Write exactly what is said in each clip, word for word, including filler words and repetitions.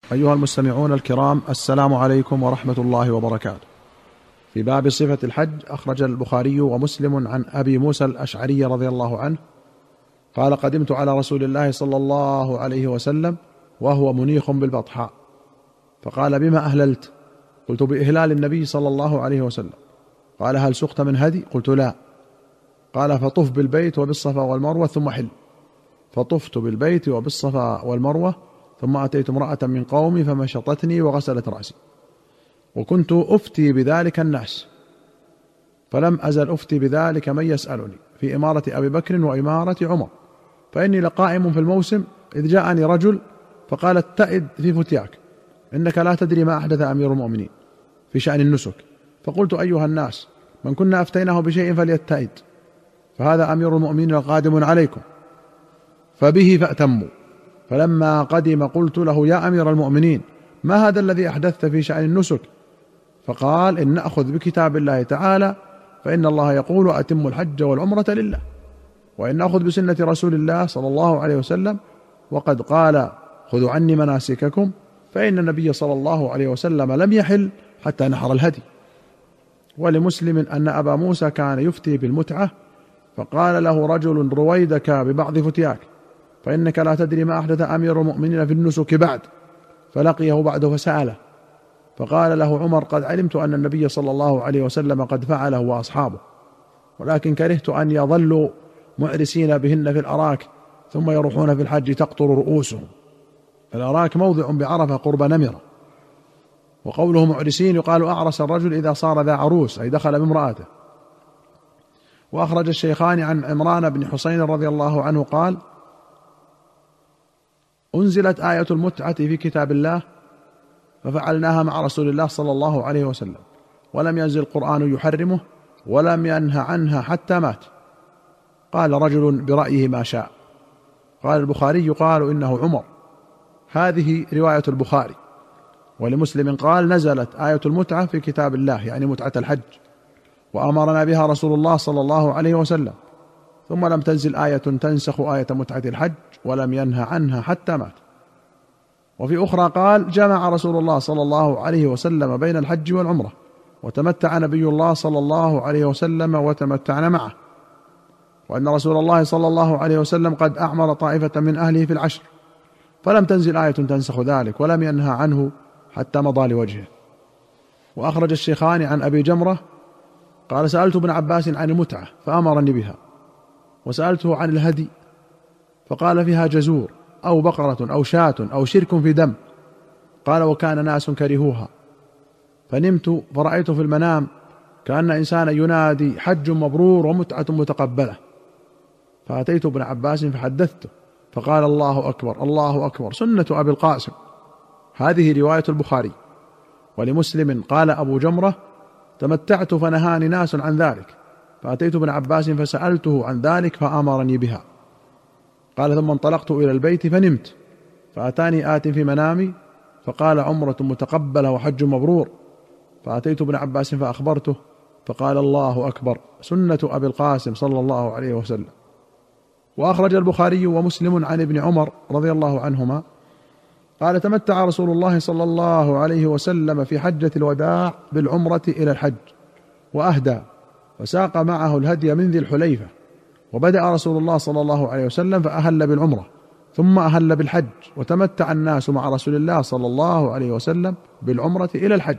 أيها المستمعون الكرام، السلام عليكم ورحمة الله وبركاته. في باب صفة الحج أخرج البخاري ومسلم عن أبي موسى الأشعري رضي الله عنه قال: قدمت على رسول الله صلى الله عليه وسلم وهو منيخ بالبطحاء، فقال: بما أهللت؟ قلت: بإهلال النبي صلى الله عليه وسلم. قال: هل سقت من هدي؟ قلت: لا. قال: فطف بالبيت وبالصفا والمروة ثم حل. فطفت بالبيت وبالصفا والمروة، ثم أتيت امرأة من قومي فمشطتني وغسلت رأسي، وكنت أفتي بذلك الناس، فلم أزل أفتي بذلك من يسألني في إمارة أبي بكر وإمارة عمر، فإني لقائم في الموسم إذ جاءني رجل فقال: اتئد في فتياك، إنك لا تدري ما أحدث أمير المؤمنين في شأن النسك. فقلت: أيها الناس، من كنا أفتيناه بشيء فليتئد، فهذا أمير المؤمنين قادم عليكم، فبه فأتموا. فلما قدم قلت له: يا أمير المؤمنين، ما هذا الذي أحدثت في شأن النسك؟ فقال: إن نأخذ بكتاب الله تعالى، فإن الله يقول: أتم الحج والعمرة لله، وإن نأخذ بسنة رسول الله صلى الله عليه وسلم، وقد قال: خذوا عني مناسككم، فإن النبي صلى الله عليه وسلم لم يحل حتى نحر الهدي. ولمسلم أن أبا موسى كان يفتي بالمتعة، فقال له رجل: رويدك ببعض فتياك، فإنك لا تدري ما أحدث أمير المؤمنين في النسك بعد. فلقيه بعده فسأله، فقال له عمر: قد علمت أن النبي صلى الله عليه وسلم قد فعله وأصحابه، ولكن كرهت أن يظلوا معرسين بهن في الأراك ثم يروحون في الحج تقطر رؤوسهم. الأراك موضع بعرفة قرب نمرة، وقوله معرسين يقال أعرس الرجل إذا صار ذا عروس، أي دخل بامرأته. وأخرج الشيخان عن عمران بن حسين رضي الله عنه قال: أنزلت آية المتعة في كتاب الله ففعلناها مع رسول الله صلى الله عليه وسلم، ولم ينزل القرآن يحرمه ولم ينه عنها حتى مات. قال رجل برأيه ما شاء. قال البخاري: يقال إنه عمر. هذه رواية البخاري. ولمسلم قال: نزلت آية المتعة في كتاب الله، يعني متعة الحج، وأمرنا بها رسول الله صلى الله عليه وسلم، ثم لم تنزل آية تنسخ آية متعة الحج ولم ينهى عنها حتى مات. وفي أخرى قال: جمع رسول الله صلى الله عليه وسلم بين الحج والعمرة، وتمتع نبي الله صلى الله عليه وسلم وتمتعنا معه، وأن رسول الله صلى الله عليه وسلم قد أعمر طائفة من أهله في العشر، فلم تنزل آية تنسخ ذلك ولم ينهى عنه حتى مضى لوجهه. وأخرج الشيخان عن أبي جمرة قال: سألت ابن عباس عن المتعة فأمرني بها، وسألته عن الهدي فقال: فيها جزور أو بقرة أو شاة أو شرك في دم. قال: وكان ناس كرهوها، فنمت فرأيت في المنام كأن إنسان ينادي: حج مبرور ومتعة متقبلة. فأتيت ابن عباس فحدثته، فقال: الله أكبر الله أكبر، سنة أبي القاسم. هذه رواية البخاري. ولمسلم قال أبو جمرة: تمتعت فنهاني ناس عن ذلك، فأتيت ابن عباس فسألته عن ذلك فأمرني بها. قال: ثم انطلقت إلى البيت فنمت، فأتاني آت في منامي فقال: عمرة متقبلة وحج مبرور. فأتيت ابن عباس فأخبرته، فقال: الله أكبر، سنة أبي القاسم صلى الله عليه وسلم. وأخرج البخاري ومسلم عن ابن عمر رضي الله عنهما قال: تمتع رسول الله صلى الله عليه وسلم في حجة الوداع بالعمرة إلى الحج، وأهدى، وساق معه الهدي من ذي الحليفة. وبدأ رسول الله صلى الله عليه وسلم فأهل بالعمرة، ثم أهل بالحج، وتمتع الناس مع رسول الله صلى الله عليه وسلم بالعمرة إلى الحج.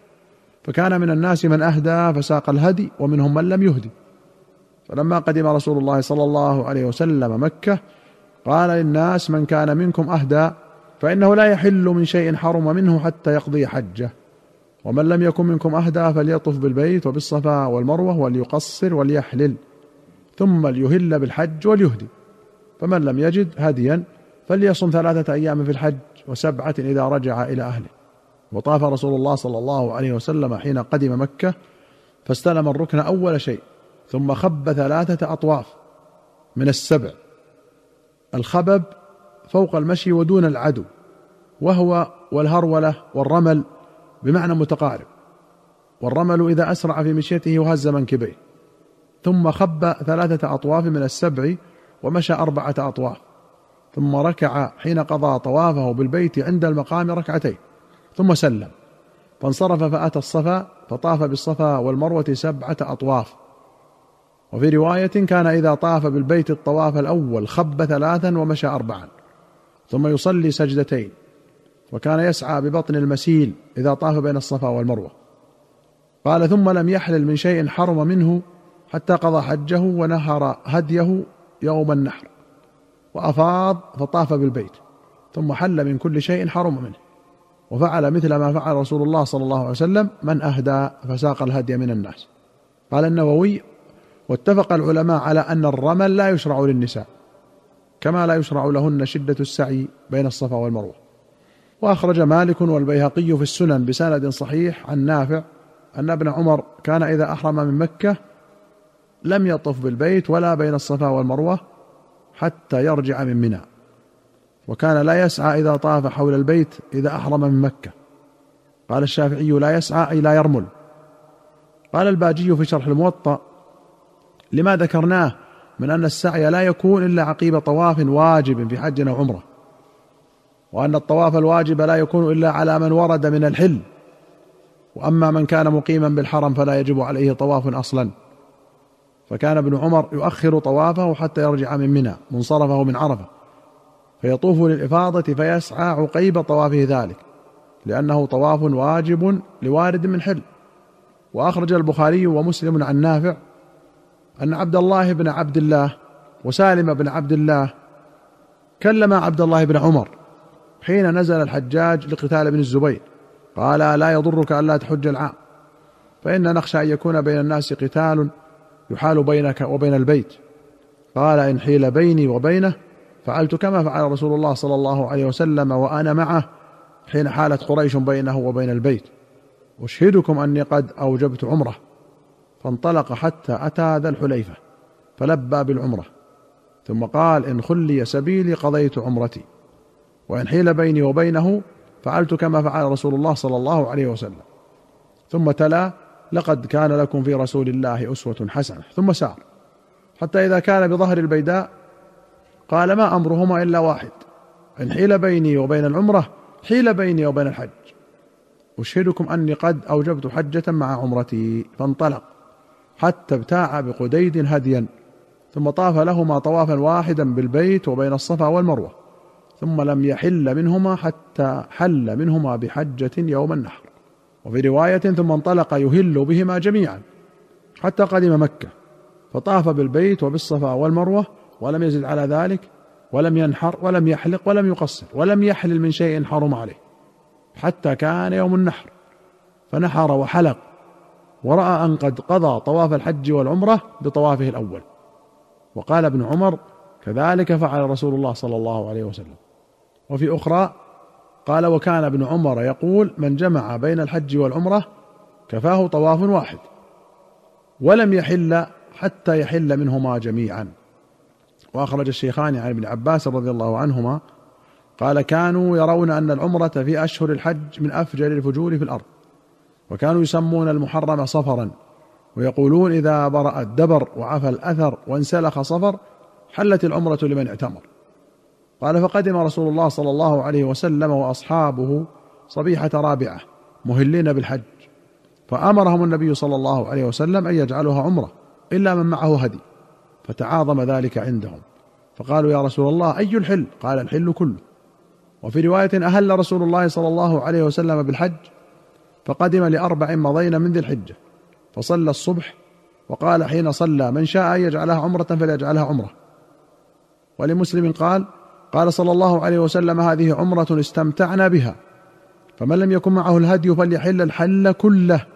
فكان من الناس من أهدى فساق الهدي، ومنهم من لم يهدي. فلما قدم رسول الله صلى الله عليه وسلم مكة قال للناس: من كان منكم أهدى فإنه لا يحل من شيء حرم منه حتى يقضي حجه، ومن لم يكن منكم أهدى فليطف بالبيت وبالصفا والمروة وليقصر وليحلل، ثم ليهل بالحج وليهدي. فمن لم يجد هديا فليصم ثلاثة أيام في الحج وسبعة إذا رجع إلى أهله. وطاف رسول الله صلى الله عليه وسلم حين قدم مكة، فاستلم الركن أول شيء، ثم خب ثلاثة أطواف من السبع. الخبب فوق المشي ودون العدو، وهو والهرولة والرمل بمعنى متقارب، والرمل إذا أسرع في مشيته وهز منكبيه. ثم خب ثلاثة أطواف من السبع ومشى أربعة أطواف، ثم ركع حين قضى طوافه بالبيت عند المقام ركعتين ثم سلم، فانصرف فأتى الصفا فطاف بالصفا والمروة سبعة أطواف. وفي رواية كان إذا طاف بالبيت الطواف الأول خب ثلاثا ومشى أربعا ثم يصلي سجدتين، وكان يسعى ببطن المسيل إذا طاف بين الصفا والمروة. قال ثم لم يحلل من شيء حرم منه حتى قضى حجه ونهر هديه يوم النحر، وأفاض فطاف بالبيت ثم حل من كل شيء حرم منه، وفعل مثل ما فعل رسول الله صلى الله عليه وسلم من أهدى فساق الهدي من الناس. قال النووي: واتفق العلماء على أن الرمل لا يشرع للنساء كما لا يشرع لهن شدة السعي بين الصفا والمروة. وأخرج مالك والبيهقي في السنن بسند صحيح عن نافع أن ابن عمر كان إذا أحرم من مكة لم يطف بالبيت ولا بين الصفا والمروة حتى يرجع من منى، وكان لا يسعى إذا طاف حول البيت إذا أحرم من مكة. قال الشافعي: لا يسعى أي لا يرمل. قال الباجي في شرح الموطأ: لما ذكرناه من أن السعي لا يكون إلا عقيب طواف واجب في حج أو عمرة، وأن الطواف الواجب لا يكون إلا على من ورد من الحل، وأما من كان مقيما بالحرم فلا يجب عليه طواف أصلا. فكان ابن عمر يؤخر طوافه حتى يرجع من منى منصرفه من عرفة، فيطوف للإفاضة فيسعى عقيب طوافه ذلك، لأنه طواف واجب لوارد من حل. وأخرج البخاري ومسلم عن نافع أن عبد الله بن عبد الله وسالم بن عبد الله كلم عبد الله بن عمر حين نزل الحجاج لقتال ابن الزبير، قال: لا يضرك ألا تحج العام، فإن نخشى أن يكون بين الناس قتال يحال بينك وبين البيت. قال: إن حيل بيني وبينه فعلت كما فعل رسول الله صلى الله عليه وسلم وأنا معه حين حالت قريش بينه وبين البيت، أشهدكم أني قد أوجبت عمره. فانطلق حتى أتى ذا الحليفة فلبى بالعمرة، ثم قال: إن خلي سبيلي قضيت عمرتي، وإن حيل بيني وبينه فعلت كما فعل رسول الله صلى الله عليه وسلم. ثم تلا: لقد كان لكم في رسول الله أسوة حسنة. ثم سار حتى إذا كان بظهر البيداء قال: ما أمرهما إلا واحد، إن حيل بيني وبين العمرة حيل بيني وبين الحج، أشهدكم أني قد أوجبت حجة مع عمرتي. فانطلق حتى ابتاع بقديد هديا، ثم طاف لهما طوافا واحدا بالبيت وبين الصفا والمروة، ثم لم يحل منهما حتى حل منهما بحجة يوم النحر. وفي رواية: ثم انطلق يهل بهما جميعا حتى قدم مكة، فطاف بالبيت وبالصفا والمروة ولم يزد على ذلك، ولم ينحر ولم يحلق ولم يقصر ولم يحلل من شيء حرم عليه حتى كان يوم النحر، فنحر وحلق، ورأى أن قد قضى طواف الحج والعمرة بطوافه الأول. وقال ابن عمر: كذلك فعل رسول الله صلى الله عليه وسلم. وفي أخرى قال: وكان ابن عمر يقول: من جمع بين الحج والعمرة كفاه طواف واحد، ولم يحل حتى يحل منهما جميعا. وأخرج الشيخان عن ابن عباس رضي الله عنهما قال: كانوا يرون أن العمرة في أشهر الحج من أفجر الفجور في الأرض، وكانوا يسمون المحرم صفرا، ويقولون إذا برأ الدبر وعفى الأثر وانسلخ صفر حلت العمرة لمن اعتمر. قال: فقدم رسول الله صلى الله عليه وسلم وأصحابه صبيحة رابعة مهلين بالحج، فأمرهم النبي صلى الله عليه وسلم أن يجعلوها عمرة إلا من معه هدي، فتعاظم ذلك عندهم، فقالوا: يا رسول الله أي الحل؟ قال: الحل كله. وفي رواية: أهل رسول الله صلى الله عليه وسلم بالحج فقدم لأربع مضين من ذي الحجة، فصلى الصبح وقال حين صلى: من شاء أن يجعلها عمرة فليجعلها عمرة. ولمسلم قال: قال صلى الله عليه وسلم: هذه عمرة استمتعنا بها، فمن لم يكن معه الهدي فليحل الحل كله،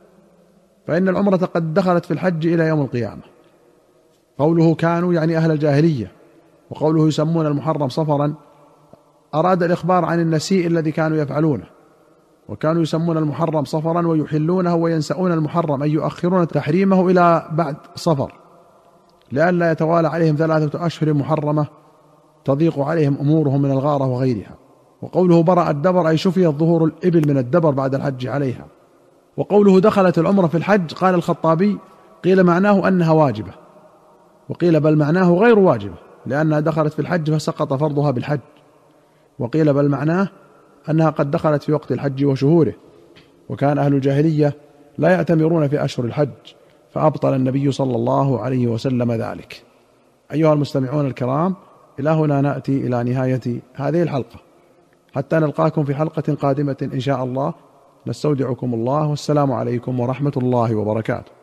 فإن العمرة قد دخلت في الحج إلى يوم القيامة. قوله كانوا يعني أهل الجاهلية، وقوله يسمون المحرم صفرا أراد الإخبار عن النسيء الذي كانوا يفعلونه، وكانوا يسمون المحرم صفرا ويحلونه وينسؤون المحرم أي يؤخرون تحريمه إلى بعد صفر، لئلا يتوالى عليهم ثلاثة أشهر محرمة تضيق عليهم أمورهم من الغارة وغيرها. وقوله برأ الدبر أي شفي ظهور الإبل من الدبر بعد الحج عليها. وقوله دخلت العمرة في الحج قال الخطابي: قيل معناه أنها واجبة، وقيل بل معناه غير واجبة، لأنها دخلت في الحج فسقط فرضها بالحج، وقيل بل معناه أنها قد دخلت في وقت الحج وشهوره، وكان أهل الجاهلية لا يعتمرون في أشهر الحج، فأبطل النبي صلى الله عليه وسلم ذلك. أيها المستمعون الكرام، إلى هنا نأتي إلى نهاية هذه الحلقة، حتى نلقاكم في حلقة قادمة إن شاء الله، نستودعكم الله، والسلام عليكم ورحمة الله وبركاته.